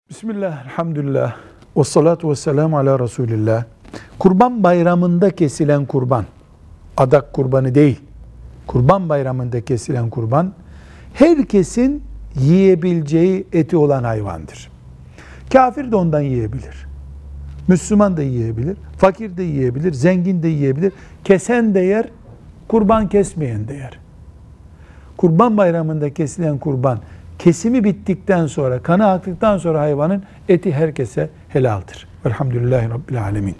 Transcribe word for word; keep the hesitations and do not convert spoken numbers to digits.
Bismillah, elhamdülillah, ve salatu ve selamu ala Resulillah. Kurban bayramında kesilen kurban, adak kurbanı değil, kurban bayramında kesilen kurban, herkesin yiyebileceği eti olan hayvandır. Kafir de ondan yiyebilir. Müslüman da yiyebilir, fakir de yiyebilir, zengin de yiyebilir. Kesen de yer, kurban kesmeyen de yer. Kurban bayramında kesilen kurban, kesimi bittikten sonra, kanı aktıktan sonra hayvanın eti herkese helaldir. Velhamdülillahi Rabbil alemin.